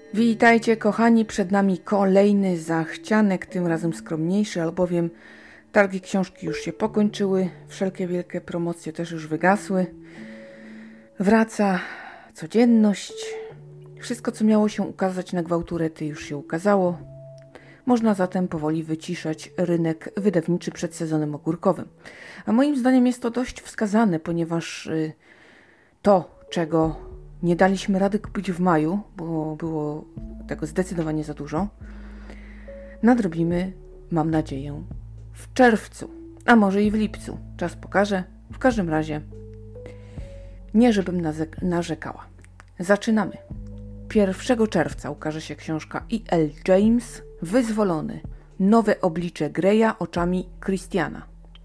Witajcie kochani, przed nami kolejny zachcianek, tym razem skromniejszy, albowiem targi książki już się pokończyły, wszelkie wielkie promocje też już wygasły. Wraca codzienność, wszystko co miało się ukazać na gwałturety już się ukazało. Można zatem powoli wyciszać rynek wydawniczy przed sezonem ogórkowym. A moim zdaniem jest to dość wskazane, ponieważ to, czego nie daliśmy rady kupić w maju, bo było tego zdecydowanie za dużo, nadrobimy, mam nadzieję, w czerwcu, a może i w lipcu. Czas pokaże. W każdym razie, nie żebym narzekała. Zaczynamy. 1 czerwca ukaże się książka E.L. James, Wyzwolony. Nowe oblicze Greya oczami Christiana.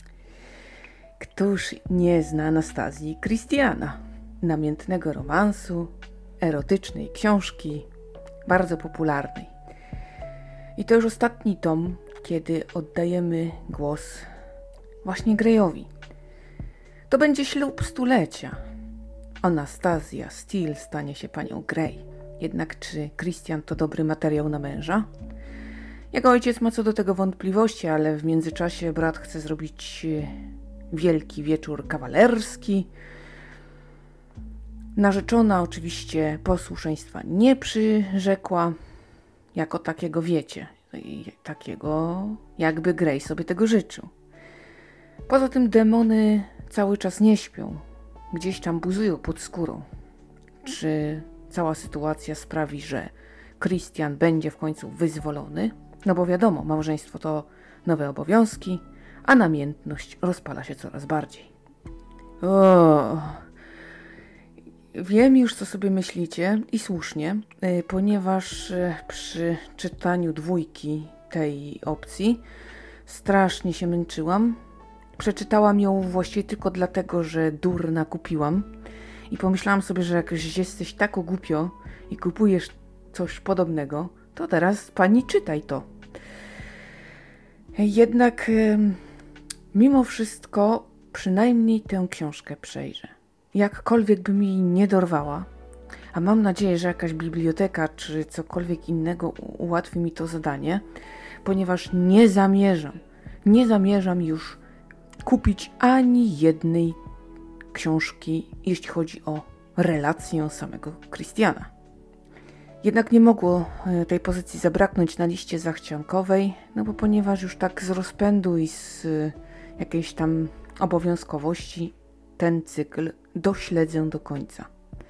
Któż nie zna Anastazji Christiana? Namiętnego romansu, erotycznej książki, bardzo popularnej. I to już ostatni tom, kiedy oddajemy głos właśnie Greyowi. To będzie ślub stulecia. Anastazja Steele stanie się panią Grey. Jednak czy Christian to dobry materiał na męża? Jego ojciec ma co do tego wątpliwości, ale w międzyczasie brat chce zrobić wielki wieczór kawalerski. Narzeczona oczywiście posłuszeństwa nie przyrzekła, jako takiego wiecie, takiego jakby Grey sobie tego życzył. Poza tym demony cały czas nie śpią, gdzieś tam buzują pod skórą. Czy cała sytuacja sprawi, że Christian będzie w końcu wyzwolony? No bo wiadomo, małżeństwo to nowe obowiązki, a namiętność rozpala się coraz bardziej. Wiem już, co sobie myślicie i słusznie, ponieważ przy czytaniu 2 tej opcji strasznie się męczyłam. Przeczytałam ją właściwie tylko dlatego, że durna kupiłam i pomyślałam sobie, że jak już jesteś tak głupio i kupujesz coś podobnego, to teraz pani czytaj to. Jednak mimo wszystko przynajmniej tę książkę przejrzę. Jakkolwiek by mi nie dorwała, a mam nadzieję, że jakaś biblioteka czy cokolwiek innego ułatwi mi to zadanie, ponieważ nie zamierzam już kupić ani jednej książki, jeśli chodzi o relację samego Christiana. Jednak nie mogło tej pozycji zabraknąć na liście zachciankowej, no bo ponieważ już tak z rozpędu i z jakiejś tam obowiązkowości ten cykl dośledzę do końca.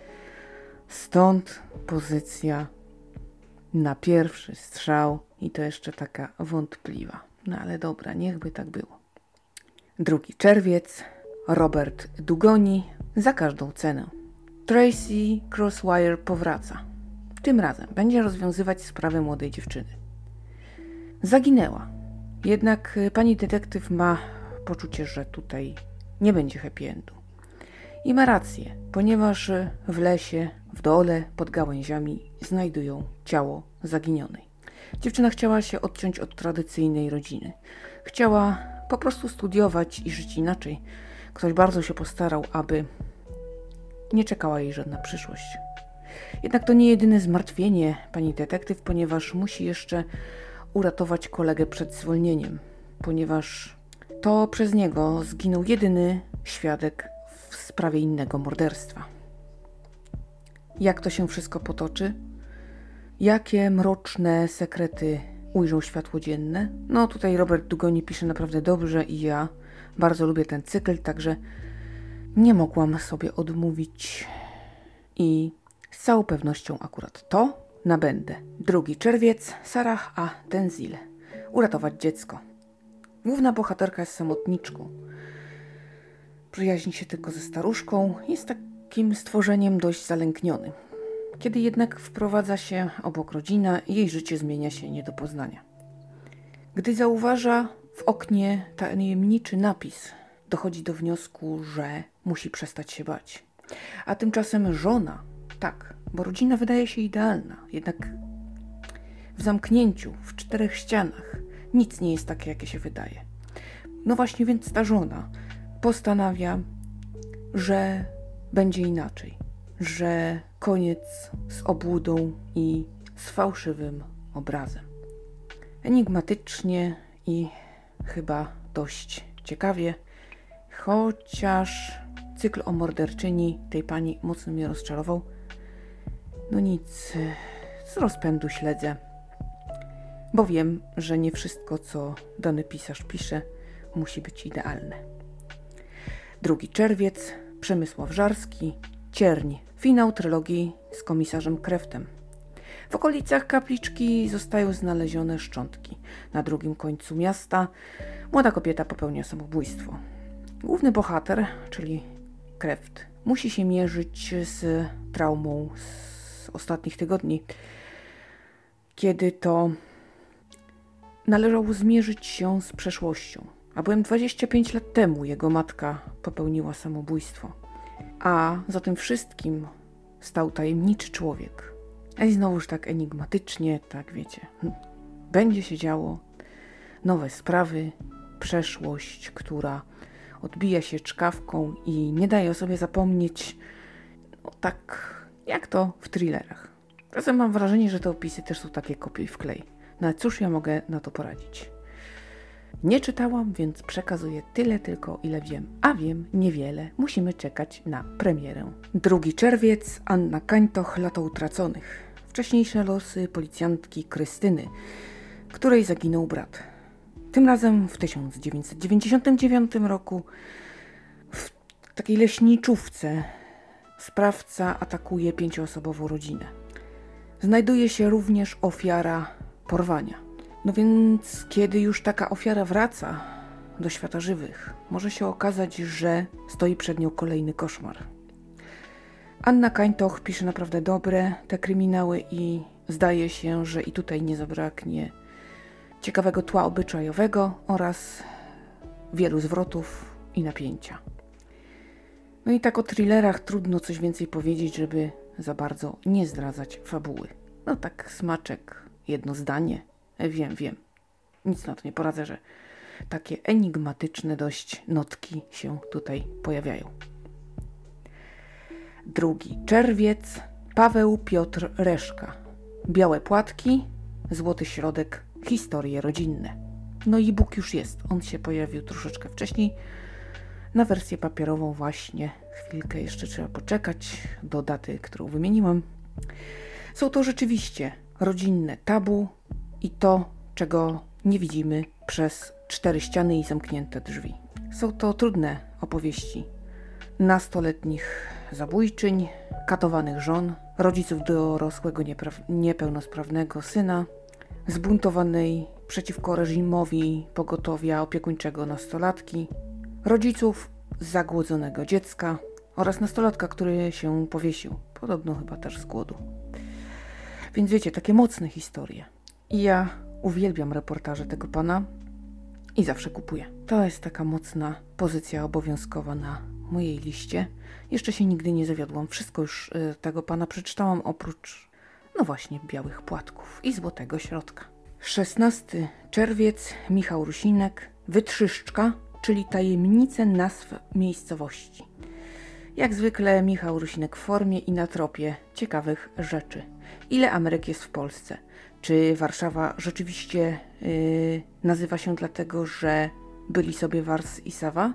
Stąd pozycja na pierwszy strzał i to jeszcze taka wątpliwa. No ale dobra, niechby tak było. 2 czerwiec, Robert Dugoni, Za każdą cenę. Tracy Crosswire powraca. Tym razem będzie rozwiązywać sprawę młodej dziewczyny. Zaginęła. Jednak pani detektyw ma poczucie, że tutaj nie będzie happy endu. I ma rację, ponieważ w lesie, w dole, pod gałęziami znajdują ciało zaginionej. Dziewczyna chciała się odciąć od tradycyjnej rodziny. Chciała po prostu studiować i żyć inaczej. Ktoś bardzo się postarał, aby nie czekała jej żadna przyszłość. Jednak to nie jedyne zmartwienie pani detektyw, ponieważ musi jeszcze uratować kolegę przed zwolnieniem, ponieważ to przez niego zginął jedyny świadek w sprawie innego morderstwa. Jak to się wszystko potoczy? Jakie mroczne sekrety ujrzą światło dzienne? No tutaj Robert Dugoni pisze naprawdę dobrze i ja bardzo lubię ten cykl, także nie mogłam sobie odmówić i z całą pewnością akurat to nabędę. 2 czerwiec, Sarah A. Denzil. Uratować dziecko. Główna bohaterka jest samotniczką. Przyjaźni się tylko ze staruszką, jest takim stworzeniem dość zalęknionym. Kiedy jednak wprowadza się obok rodzina, jej życie zmienia się nie do poznania. Gdy zauważa w oknie tajemniczy napis, dochodzi do wniosku, że musi przestać się bać. A tymczasem żona, tak, bo rodzina wydaje się idealna, jednak w zamknięciu, w 4 ścianach, nic nie jest takie, jakie się wydaje. No właśnie, więc ta żona postanawia, że będzie inaczej, że koniec z obłudą i z fałszywym obrazem. Enigmatycznie i chyba dość ciekawie, chociaż cykl o morderczyni tej pani mocno mnie rozczarował. No nic, z rozpędu śledzę, bo wiem, że nie wszystko, co dany pisarz pisze, musi być idealne. 2 czerwiec, Przemysław Żarski, Cierń, finał trylogii z komisarzem Kreftem. W okolicach kapliczki zostają znalezione szczątki. Na drugim końcu miasta młoda kobieta popełnia samobójstwo. Główny bohater, czyli Kreft, musi się mierzyć z traumą z ostatnich tygodni, kiedy to należało zmierzyć się z przeszłością. A byłem 25 lat temu jego matka popełniła samobójstwo. A za tym wszystkim stał tajemniczy człowiek. I znowuż tak enigmatycznie, tak wiecie, będzie się działo, nowe sprawy, przeszłość, która odbija się czkawką i nie daje o sobie zapomnieć, no tak jak to w thrillerach. Czasem mam wrażenie, że te opisy też są takie kopiuj wklej. No ale cóż ja mogę na to poradzić? Nie czytałam, więc przekazuję tyle tylko, ile wiem. A wiem niewiele. Musimy czekać na premierę. 2 czerwiec, Anna Kańtoch, Lata utraconych. Wcześniejsze losy policjantki Krystyny, której zaginął brat. Tym razem w 1999 roku w takiej leśniczówce sprawca atakuje 5-osobową rodzinę. Znajduje się również ofiara porwania. No więc kiedy już taka ofiara wraca do świata żywych, może się okazać, że stoi przed nią kolejny koszmar. Anna Kańtoch pisze naprawdę dobre te kryminały i zdaje się, że i tutaj nie zabraknie ciekawego tła obyczajowego oraz wielu zwrotów i napięcia. No i tak o thrillerach trudno coś więcej powiedzieć, żeby za bardzo nie zdradzać fabuły. No tak smaczek, jedno zdanie. Wiem. Nic na to nie poradzę, że takie enigmatyczne dość notki się tutaj pojawiają. 2 czerwiec, Paweł Piotr Reszka. Białe płatki, złoty środek, historie rodzinne. No i e-book już jest. On się pojawił troszeczkę wcześniej. Na wersję papierową właśnie chwilkę jeszcze trzeba poczekać do daty, którą wymieniłam. Są to rzeczywiście rodzinne tabu i to, czego nie widzimy przez 4 ściany i zamknięte drzwi. Są to trudne opowieści nastoletnich zabójczyń, katowanych żon, rodziców dorosłego niepełnosprawnego syna, zbuntowanej przeciwko reżimowi pogotowia opiekuńczego nastolatki, rodziców zagłodzonego dziecka oraz nastolatka, który się powiesił, podobno chyba też z głodu. Więc wiecie, takie mocne historie. I ja uwielbiam reportaże tego pana i zawsze kupuję. To jest taka mocna pozycja obowiązkowa na mojej liście. Jeszcze się nigdy nie zawiodłam. Wszystko już tego pana przeczytałam, oprócz, no właśnie, białych płatków i złotego środka. 16 czerwiec, Michał Rusinek, Wytrzyszczka, czyli tajemnice nazw miejscowości. Jak zwykle Michał Rusinek w formie i na tropie ciekawych rzeczy. Ile Ameryk jest w Polsce? Czy Warszawa rzeczywiście nazywa się dlatego, że byli sobie Wars i Sawa?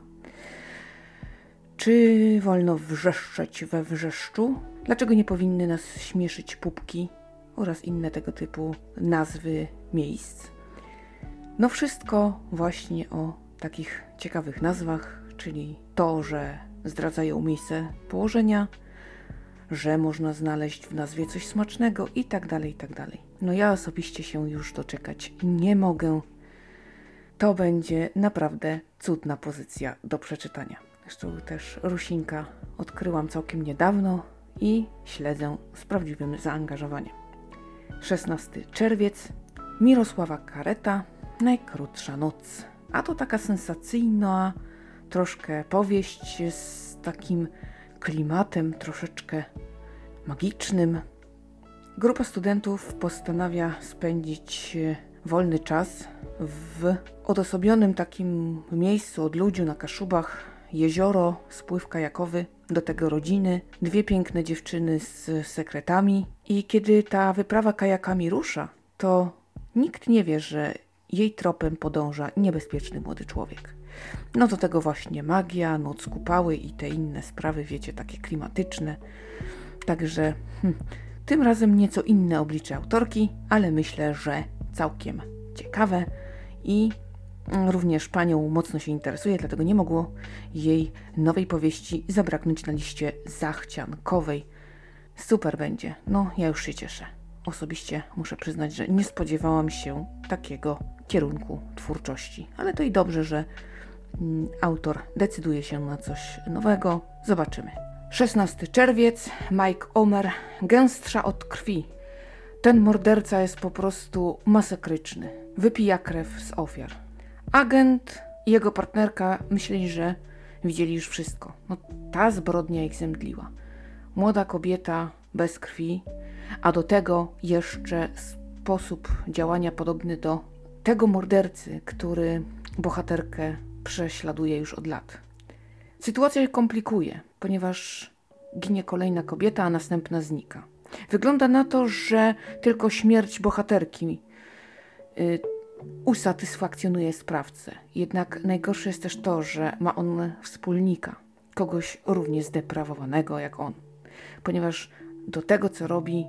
Czy wolno wrzeszczeć we Wrzeszczu? Dlaczego nie powinny nas śmieszyć pupki oraz inne tego typu nazwy miejsc? No wszystko właśnie o takich ciekawych nazwach, czyli to, że zdradzają miejsce położenia, że można znaleźć w nazwie coś smacznego i tak dalej, i tak dalej. No ja osobiście się już doczekać nie mogę. To będzie naprawdę cudna pozycja do przeczytania. Zresztą też Rusinka odkryłam całkiem niedawno i śledzę z prawdziwym zaangażowaniem. 16 czerwiec, Mirosława Kareta, Najkrótsza noc. A to taka sensacyjna troszkę powieść z takim klimatem troszeczkę magicznym. Grupa studentów postanawia spędzić wolny czas w odosobionym takim miejscu, odludziu na Kaszubach, jezioro, spływ kajakowy, do tego rodziny, 2 piękne dziewczyny z sekretami i kiedy ta wyprawa kajakami rusza, to nikt nie wie, że jej tropem podąża niebezpieczny młody człowiek. No do tego właśnie magia, noc kupały i te inne sprawy, wiecie, takie klimatyczne. Także tym razem nieco inne oblicze autorki, ale myślę, że całkiem ciekawe i również panią mocno się interesuje, dlatego nie mogło jej nowej powieści zabraknąć na liście zachciankowej. Super będzie. No, ja już się cieszę. Osobiście muszę przyznać, że nie spodziewałam się takiego kierunku twórczości. Ale to i dobrze, że autor decyduje się na coś nowego. Zobaczymy. 16 czerwiec, Mike Omer, Gęstsza od krwi. Ten morderca jest po prostu masakryczny. Wypija krew z ofiar. Agent i jego partnerka myśleli, że widzieli już wszystko. No, ta zbrodnia ich zemdliła. Młoda kobieta bez krwi, a do tego jeszcze sposób działania podobny do tego mordercy, który bohaterkę prześladuje już od lat. Sytuacja się komplikuje, ponieważ ginie kolejna kobieta, a następna znika. Wygląda na to, że tylko śmierć bohaterki usatysfakcjonuje sprawcę. Jednak najgorsze jest też to, że ma on wspólnika, kogoś równie zdeprawowanego jak on. Ponieważ do tego, co robi,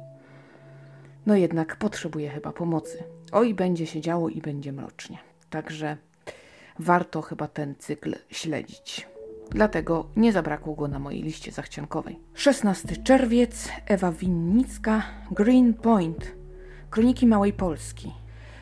no jednak potrzebuje chyba pomocy. Oj, będzie się działo i będzie mrocznie. Także warto chyba ten cykl śledzić. Dlatego nie zabrakło go na mojej liście zachciankowej. 16 czerwiec, Ewa Winnicka, Green Point, Kroniki Małej Polski.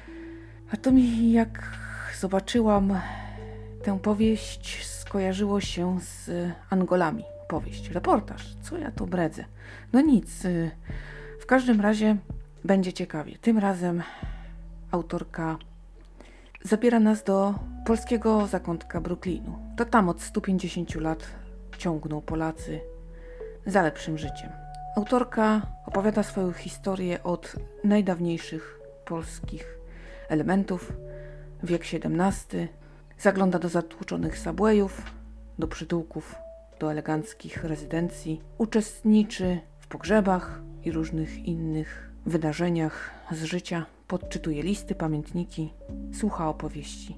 A to mi, jak zobaczyłam tę powieść, skojarzyło się z Angolami. Powieść, reportaż. Co ja tu bredzę? No nic. W każdym razie będzie ciekawie. Tym razem autorka zabiera nas do polskiego zakątka Brooklynu. To tam od 150 lat ciągną Polacy za lepszym życiem. Autorka opowiada swoją historię od najdawniejszych polskich elementów, wiek XVII, zagląda do zatłuczonych subwayów, do przytułków, do eleganckich rezydencji, uczestniczy w pogrzebach i różnych innych wydarzeniach z życia, podczytuje listy, pamiętniki, słucha opowieści.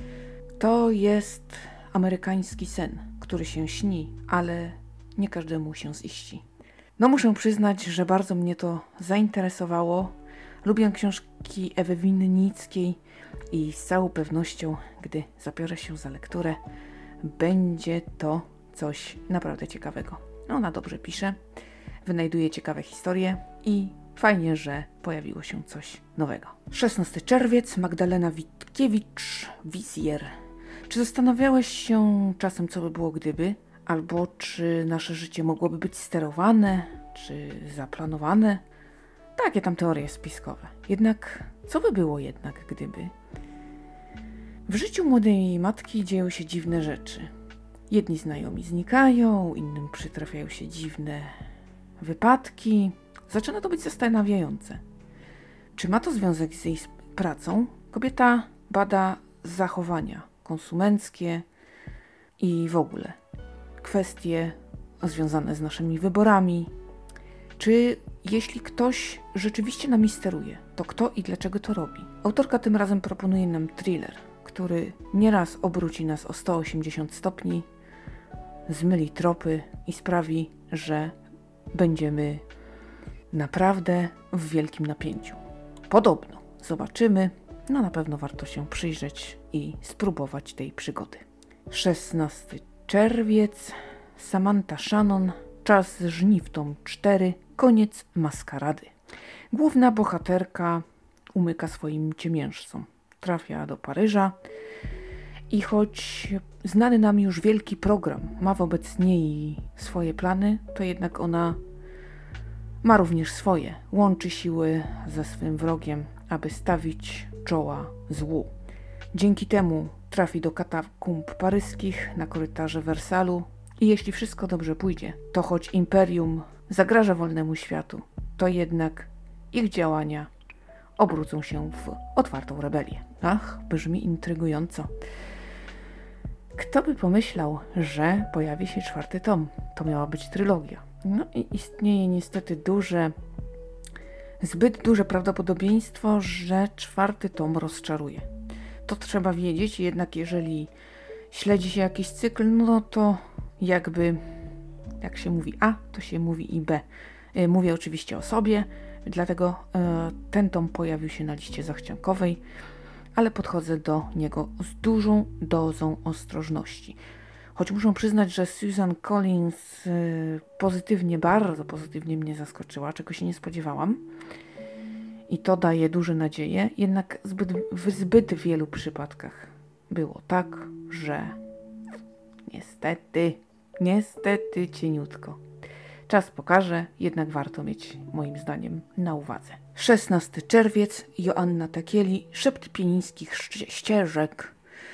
To jest amerykański sen, który się śni, ale nie każdemu się ziści. No muszę przyznać, że bardzo mnie to zainteresowało. Lubię książki Ewy Winnickiej i z całą pewnością, gdy zabiorę się za lekturę, będzie to coś naprawdę ciekawego. Ona dobrze pisze, wynajduje ciekawe historie i fajnie, że pojawiło się coś nowego. 16 czerwiec, Magdalena Witkiewicz, Wizjer. Czy zastanawiałeś się czasem, co by było gdyby? Albo czy nasze życie mogłoby być sterowane, czy zaplanowane? Takie tam teorie spiskowe. Jednak, co by było jednak gdyby? W życiu młodej matki dzieją się dziwne rzeczy. Jedni znajomi znikają, innym przytrafiają się dziwne wypadki. Zaczyna to być zastanawiające. Czy ma to związek z jej pracą? Kobieta bada zachowania konsumenckie i w ogóle kwestie związane z naszymi wyborami. Czy jeśli ktoś rzeczywiście nami steruje, to kto i dlaczego to robi? Autorka tym razem proponuje nam thriller, który nieraz obróci nas o 180 stopni, zmyli tropy i sprawi, że będziemy naprawdę w wielkim napięciu. Podobno. Zobaczymy. No na pewno warto się przyjrzeć i spróbować tej przygody. 16 czerwiec. Samantha Shannon. Czas żniw, tom 4. Koniec maskarady. Główna bohaterka umyka swoim ciemiężcom. Trafia do Paryża i choć znany nam już wielki program ma wobec niej swoje plany, to jednak ona ma również swoje. Łączy siły ze swym wrogiem, aby stawić czoła złu. Dzięki temu trafi do katakumb paryskich na korytarze Wersalu i jeśli wszystko dobrze pójdzie, to choć imperium zagraża wolnemu światu, to jednak ich działania obrócą się w otwartą rebelię. Ach, brzmi intrygująco. Kto by pomyślał, że pojawi się 4. tom? To miała być trylogia. No i istnieje niestety zbyt duże prawdopodobieństwo, że 4. tom rozczaruje. To trzeba wiedzieć, jednak jeżeli śledzi się jakiś cykl, no to jakby, jak się mówi A, to się mówi i B. Mówię oczywiście o sobie, dlatego ten tom pojawił się na liście zachciankowej, ale podchodzę do niego z dużą dozą ostrożności. Choć muszę przyznać, że Susan Collins bardzo pozytywnie mnie zaskoczyła, czego się nie spodziewałam. I to daje duże nadzieje, jednak w zbyt wielu przypadkach było tak, że niestety cieniutko. Czas pokaże, jednak warto mieć moim zdaniem na uwadze. 16 czerwiec, Joanna Takieli, Szept pienińskich ścieżek.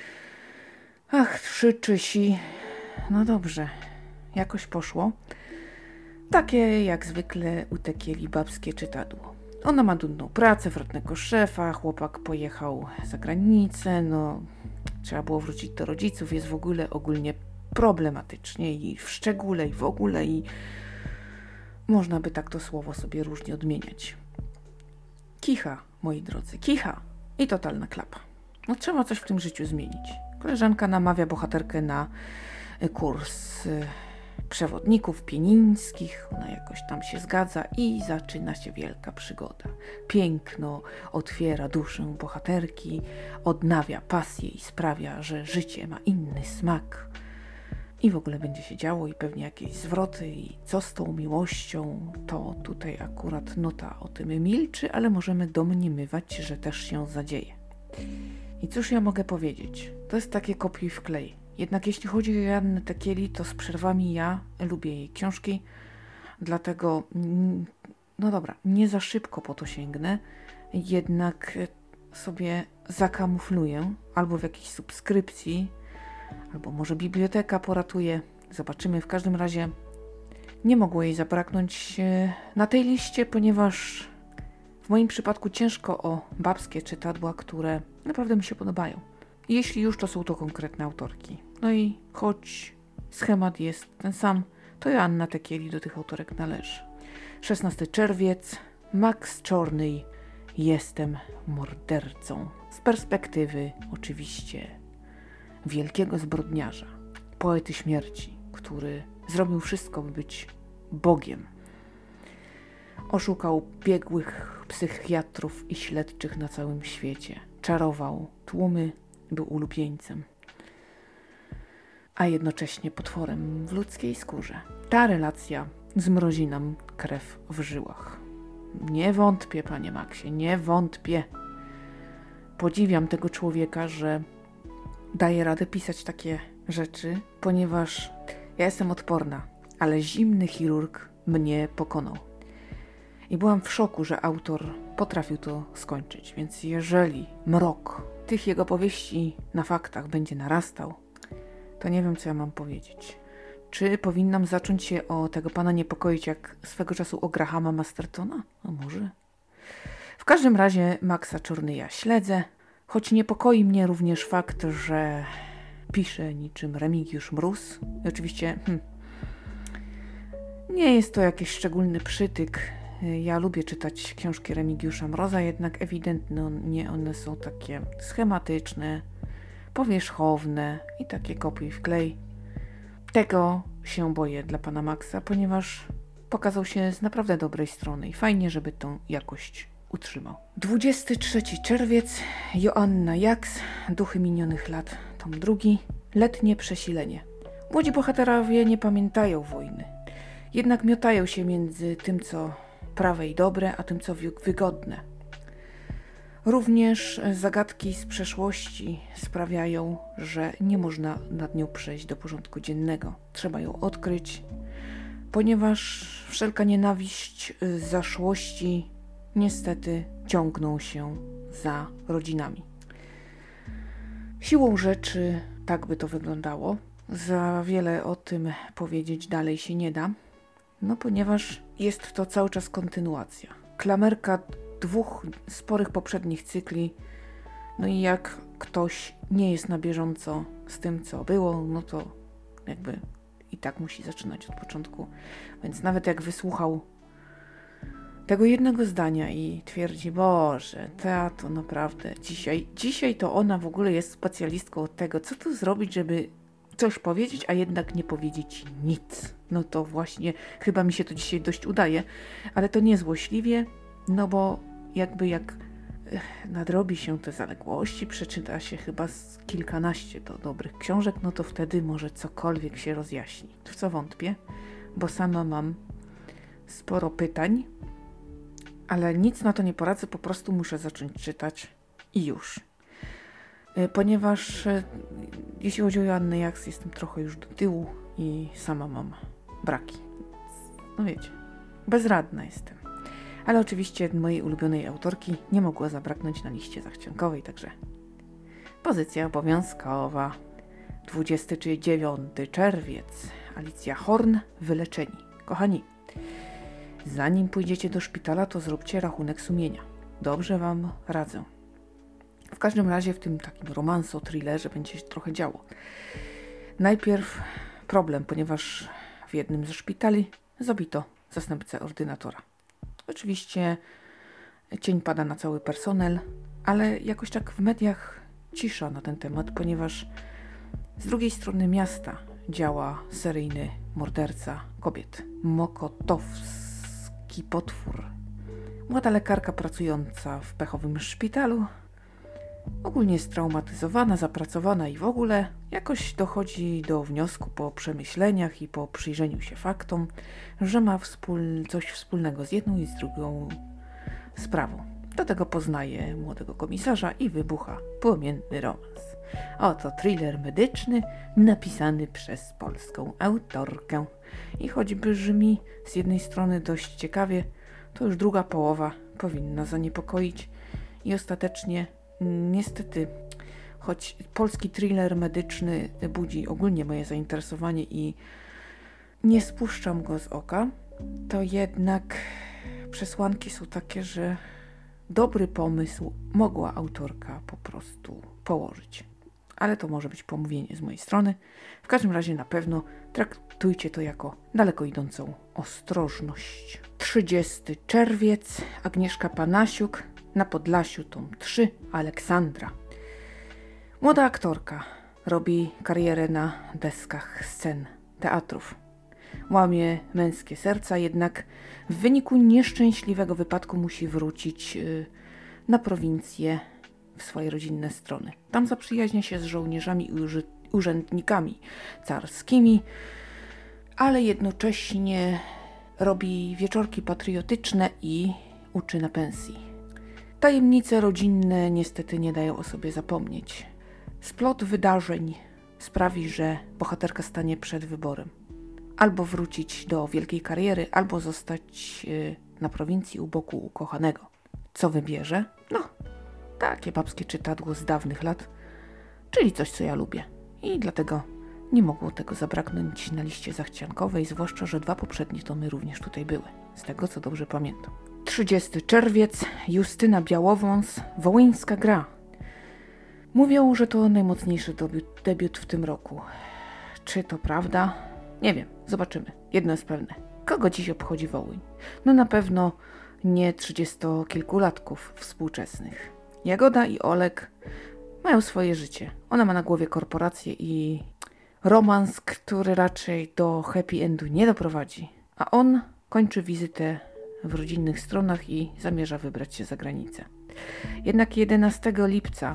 Ach, 3 czysi. No dobrze, jakoś poszło. Takie jak zwykle u Takieli babskie czytadło. Ona ma nudną pracę, wrotnego szefa, chłopak pojechał za granicę, no trzeba było wrócić do rodziców, jest w ogóle ogólnie problematycznie i w szczególe i w ogóle i można by tak to słowo sobie różnie odmieniać. Kicha, moi drodzy, kicha i totalna klapa. No trzeba coś w tym życiu zmienić. Koleżanka namawia bohaterkę na kurs przewodników pienińskich, ona jakoś tam się zgadza i zaczyna się wielka przygoda. Piękno otwiera duszę bohaterki, odnawia pasję i sprawia, że życie ma inny smak. I w ogóle będzie się działo i pewnie jakieś zwroty i co z tą miłością, to tutaj akurat nota o tym milczy, ale możemy domniemywać, że też się zadzieje. I cóż ja mogę powiedzieć? To jest takie kopiuj wklej. Jednak jeśli chodzi o Joannę Takieli, to z przerwami ja lubię jej książki, dlatego no dobra, nie za szybko po to sięgnę, jednak sobie zakamufluję albo w jakiejś subskrypcji, albo może biblioteka poratuje. Zobaczymy. W każdym razie nie mogło jej zabraknąć na tej liście, ponieważ w moim przypadku ciężko o babskie czytadła, które naprawdę mi się podobają. Jeśli już, to są to konkretne autorki. No i choć schemat jest ten sam, to Joanna Takieli do tych autorek należy. 16 czerwiec, Max Czornyj, Jestem mordercą. Z perspektywy oczywiście wielkiego zbrodniarza, poety śmierci, który zrobił wszystko, by być Bogiem. Oszukał biegłych psychiatrów i śledczych na całym świecie. Czarował tłumy, był ulubieńcem, a jednocześnie potworem w ludzkiej skórze. Ta relacja zmrozi nam krew w żyłach. Nie wątpię, panie Maxie, nie wątpię. Podziwiam tego człowieka, że daje radę pisać takie rzeczy, ponieważ ja jestem odporna, ale zimny chirurg mnie pokonał. I byłam w szoku, że autor potrafił to skończyć, więc jeżeli mrok tych jego powieści na faktach będzie narastał, to nie wiem, co ja mam powiedzieć. Czy powinnam zacząć się o tego pana niepokoić, jak swego czasu o Grahama Mastertona? A może? W każdym razie Maxa Czornyja śledzę, choć niepokoi mnie również fakt, że pisze niczym Remigiusz Mróz. I oczywiście nie jest to jakiś szczególny przytyk. Ja lubię czytać książki Remigiusza Mroza, jednak ewidentnie one są takie schematyczne, powierzchowne i takie kopiuj wklej. Tego się boję dla pana Maxa, ponieważ pokazał się z naprawdę dobrej strony i fajnie, żeby tą jakość utrzymał. 23 czerwiec, Joanna Jaks, Duchy minionych lat, tom 2, Letnie przesilenie. Młodzi bohaterowie nie pamiętają wojny, jednak miotają się między tym, co prawe i dobre, a tym, co wygodne. Również zagadki z przeszłości sprawiają, że nie można nad nią przejść do porządku dziennego. Trzeba ją odkryć, ponieważ wszelka nienawiść z zaszłości niestety ciągną się za rodzinami. Siłą rzeczy tak by to wyglądało. Za wiele o tym powiedzieć dalej się nie da, ponieważ jest to cały czas kontynuacja. Klamerka 2 sporych poprzednich cykli No i jak ktoś nie jest na bieżąco z tym, co było, no to jakby i tak musi zaczynać od początku. Więc nawet jak wysłuchał tego jednego zdania i twierdzi, Boże, to naprawdę dzisiaj to ona w ogóle jest specjalistką od tego, co tu zrobić, żeby coś powiedzieć, a jednak nie powiedzieć nic. No to właśnie chyba mi się to dzisiaj dość udaje, ale to nie złośliwie, no bo jak nadrobi się te zaległości, przeczyta się chyba z kilkanaście dobrych książek, no to wtedy może cokolwiek się rozjaśni. W co wątpię, bo sama mam sporo pytań, ale nic na to nie poradzę, po prostu muszę zacząć czytać i już. Ponieważ jeśli chodzi o Joannę Jaks, jestem trochę już do tyłu i sama mam braki. No wiecie, bezradna jestem. Ale oczywiście mojej ulubionej autorki nie mogła zabraknąć na liście zachciankowej, także pozycja obowiązkowa. 29 czerwiec. Alicja Horn, Wyleczeni. Kochani, zanim pójdziecie do szpitala, to zróbcie rachunek sumienia. Dobrze wam radzę. W każdym razie w tym takim romanso-thrillerze będzie się trochę działo. Najpierw problem, ponieważ w jednym ze szpitali zabito zastępcę ordynatora. Oczywiście cień pada na cały personel, ale jakoś tak w mediach cisza na ten temat, ponieważ z drugiej strony miasta działa seryjny morderca kobiet. Mokotowski potwór. Młoda lekarka pracująca w pechowym szpitalu, ogólnie straumatyzowana, zapracowana i w ogóle jakoś dochodzi do wniosku po przemyśleniach i po przyjrzeniu się faktom, że ma coś wspólnego z jedną i z drugą sprawą. Do tego poznaje młodego komisarza i wybucha płomienny romans. Oto thriller medyczny napisany przez polską autorkę. I choćby brzmi z jednej strony dość ciekawie, to już druga połowa powinna zaniepokoić i ostatecznie niestety, choć polski thriller medyczny budzi ogólnie moje zainteresowanie i nie spuszczam go z oka, to jednak przesłanki są takie, że dobry pomysł mogła autorka po prostu położyć. Ale to może być pomówienie z mojej strony. W każdym razie na pewno traktujcie to jako daleko idącą ostrożność. 30 czerwiec, Agnieszka Panasiuk, Na Podlasiu, tom 3, Aleksandra. Młoda aktorka robi karierę na deskach scen teatrów. Łamie męskie serca, jednak w wyniku nieszczęśliwego wypadku musi wrócić na prowincję w swoje rodzinne strony. Tam zaprzyjaźnia się z żołnierzami i urzędnikami carskimi, ale jednocześnie robi wieczorki patriotyczne i uczy na pensji. Tajemnice rodzinne niestety nie dają o sobie zapomnieć. Splot wydarzeń sprawi, że bohaterka stanie przed wyborem. Albo wrócić do wielkiej kariery, albo zostać na prowincji u boku ukochanego. Co wybierze? No, takie babskie czytadło z dawnych lat, czyli coś, co ja lubię. I dlatego nie mogło tego zabraknąć na liście zachciankowej, zwłaszcza, że 2 poprzednie tomy również tutaj były, z tego co dobrze pamiętam. 30 czerwiec, Justyna Białowąs, Wołyńska gra. Mówią, że to najmocniejszy debiut w tym roku. Czy to prawda? Nie wiem, zobaczymy. Jedno jest pewne. Kogo dziś obchodzi Wołyń? No na pewno nie 30-kilkulatków współczesnych. Jagoda i Olek mają swoje życie. Ona ma na głowie korporację i romans, który raczej do happy endu nie doprowadzi. A on kończy wizytę w rodzinnych stronach i zamierza wybrać się za granicę. Jednak 11 lipca,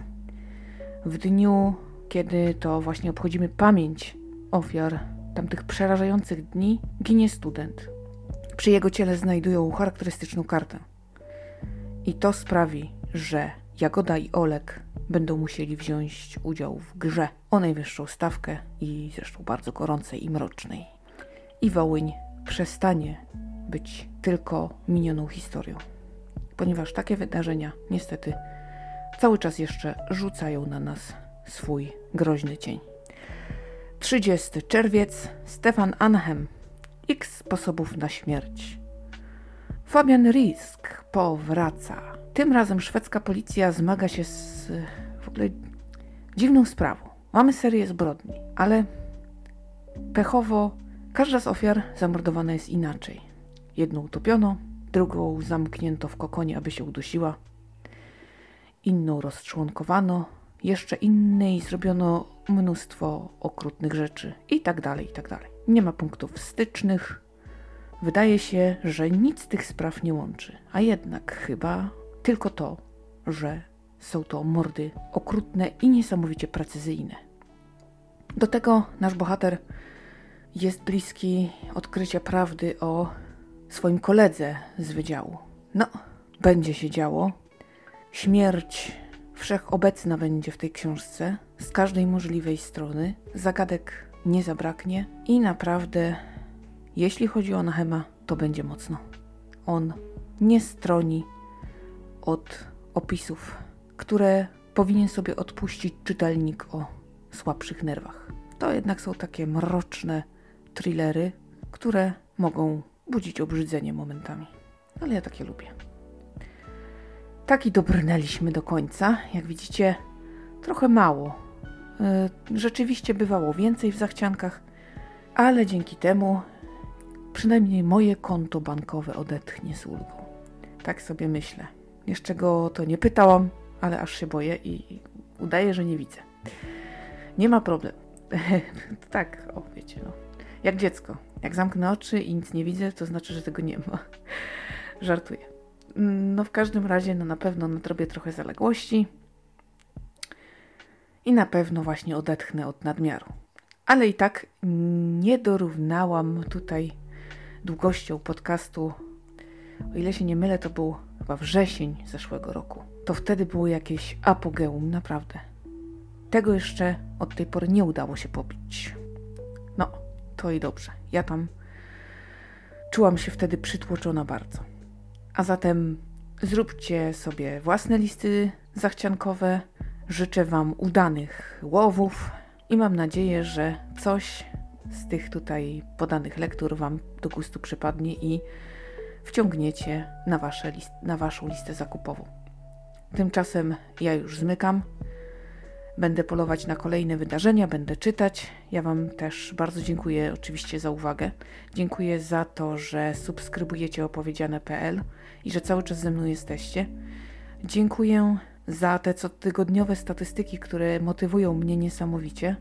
w dniu, kiedy to właśnie obchodzimy pamięć ofiar tamtych przerażających dni, ginie student. Przy jego ciele znajdują charakterystyczną kartę. I to sprawi, że Jagoda i Olek będą musieli wziąć udział w grze o najwyższą stawkę i zresztą bardzo gorącej i mrocznej. I Wołyń przestanie być tylko minioną historią, ponieważ takie wydarzenia niestety cały czas jeszcze rzucają na nas swój groźny cień. 30 czerwiec, Stefan Anhem, X sposobów na śmierć. Fabian Risk powraca. Tym razem szwedzka policja zmaga się z ogóle dziwną sprawą. Mamy serię zbrodni, ale pechowo każda z ofiar zamordowana jest inaczej. Jedną utopiono, drugą zamknięto w kokonie, aby się udusiła, inną rozczłonkowano, jeszcze innej zrobiono mnóstwo okrutnych rzeczy i tak dalej, i tak dalej. Nie ma punktów stycznych. Wydaje się, że nic z tych spraw nie łączy, a jednak chyba tylko to, że są to mordy okrutne i niesamowicie precyzyjne. Do tego nasz bohater jest bliski odkrycia prawdy o swoim koledze z wydziału. No, będzie się działo. Śmierć wszechobecna będzie w tej książce z każdej możliwej strony. Zagadek nie zabraknie i naprawdę, jeśli chodzi o Nahema, to będzie mocno. On nie stroni od opisów, które powinien sobie odpuścić czytelnik o słabszych nerwach. To jednak są takie mroczne thrillery, które mogą budzić obrzydzenie momentami. Ale ja takie lubię. Tak i dobrnęliśmy do końca. Jak widzicie, trochę mało. Rzeczywiście bywało więcej w zachciankach, ale dzięki temu przynajmniej moje konto bankowe odetchnie z ulgą. Tak sobie myślę. Jeszcze go to nie pytałam, ale aż się boję i udaję, że nie widzę. Nie ma problemu. Tak, o wiecie, no. Jak dziecko. Jak zamknę oczy i nic nie widzę, to znaczy, że tego nie ma. Żartuję. No w każdym razie, no na pewno nadrobię trochę zaległości i na pewno właśnie odetchnę od nadmiaru. Ale i tak nie dorównałam tutaj długością podcastu. O ile się nie mylę, to był chyba wrzesień zeszłego roku. To wtedy było jakieś apogeum, naprawdę. Tego jeszcze od tej pory nie udało się pobić. No, to i dobrze. Ja tam czułam się wtedy przytłoczona bardzo. A zatem zróbcie sobie własne listy zachciankowe. Życzę Wam udanych łowów i mam nadzieję, że coś z tych tutaj podanych lektur Wam do gustu przypadnie i wciągniecie na Waszą listę zakupową. Tymczasem ja już zmykam. Będę polować na kolejne wydarzenia, będę czytać. Ja Wam też bardzo dziękuję oczywiście za uwagę. Dziękuję za to, że subskrybujecie opowiedziane.pl i że cały czas ze mną jesteście. Dziękuję za te cotygodniowe statystyki, które motywują mnie niesamowicie.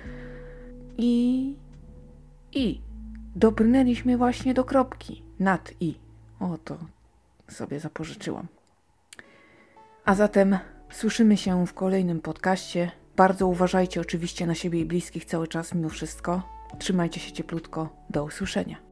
I dobrnęliśmy właśnie do kropki. Nad i. O, to sobie zapożyczyłam. A zatem słyszymy się w kolejnym podcaście. Bardzo uważajcie oczywiście na siebie i bliskich cały czas mimo wszystko. Trzymajcie się cieplutko. Do usłyszenia.